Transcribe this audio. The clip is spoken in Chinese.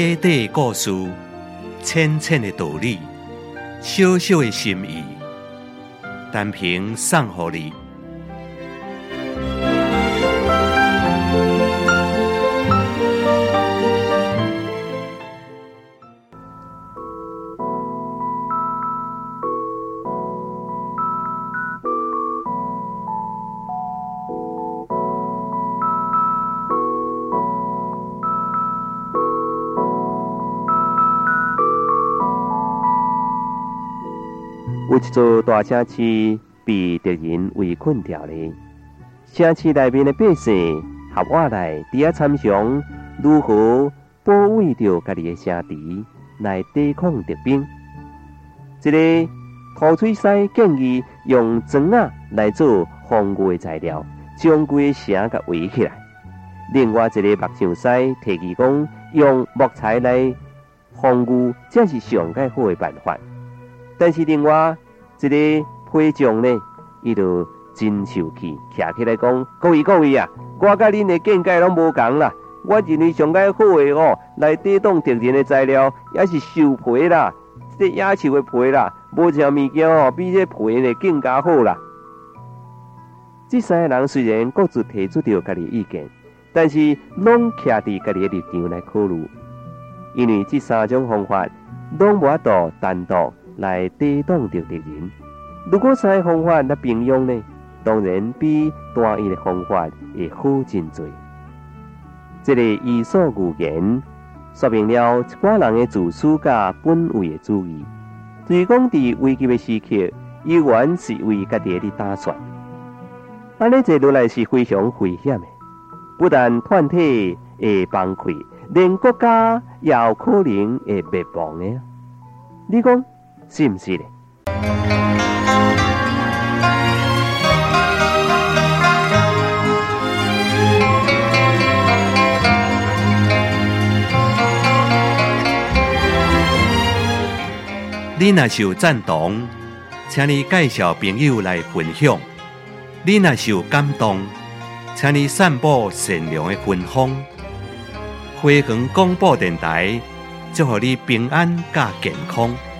短短的故事，浅浅的道理，小小的心意，单凭送予你。 有一座大城市被敌人围困住了，城市内面的百姓合伙来，伫遐参详如何保卫着家己的城池，来抵抗敌兵。一个土吹师建议用砖仔来做防御的材料，将规个城甲围起来。另外一个木匠师提议讲，用木材来防御，这是上介好的办法。但是另外一个批匠呢，伊就真受气，徛起来讲：各位啊，我甲恁的见解拢无同啦。我认为上介好的来抵挡敌人的材料，也是树皮啦，这个野树的皮啦，无一样物件比这皮呢更加好啦。这三个人虽然各自提出着家己意见，但是拢徛伫家己的立场来考虑，因为这三种方法拢无法度单独来抵挡着敌人。如果三个方法来并用呢，当然比单一的方法会好真多。这个伊索寓言说明了一寡人的自私甲本位的主义，就是讲伫危急的时刻，伊原是为家己的打算。安尼坐落来是非常危险的，不但团体会崩溃，连国家也有可能会灭亡的。你讲是不是呢？ 你若是有赞同，请你介绍朋友来分享；你若是有感动，请你散布善良的芬芳。花园广播电台，祝福你平安甲健康。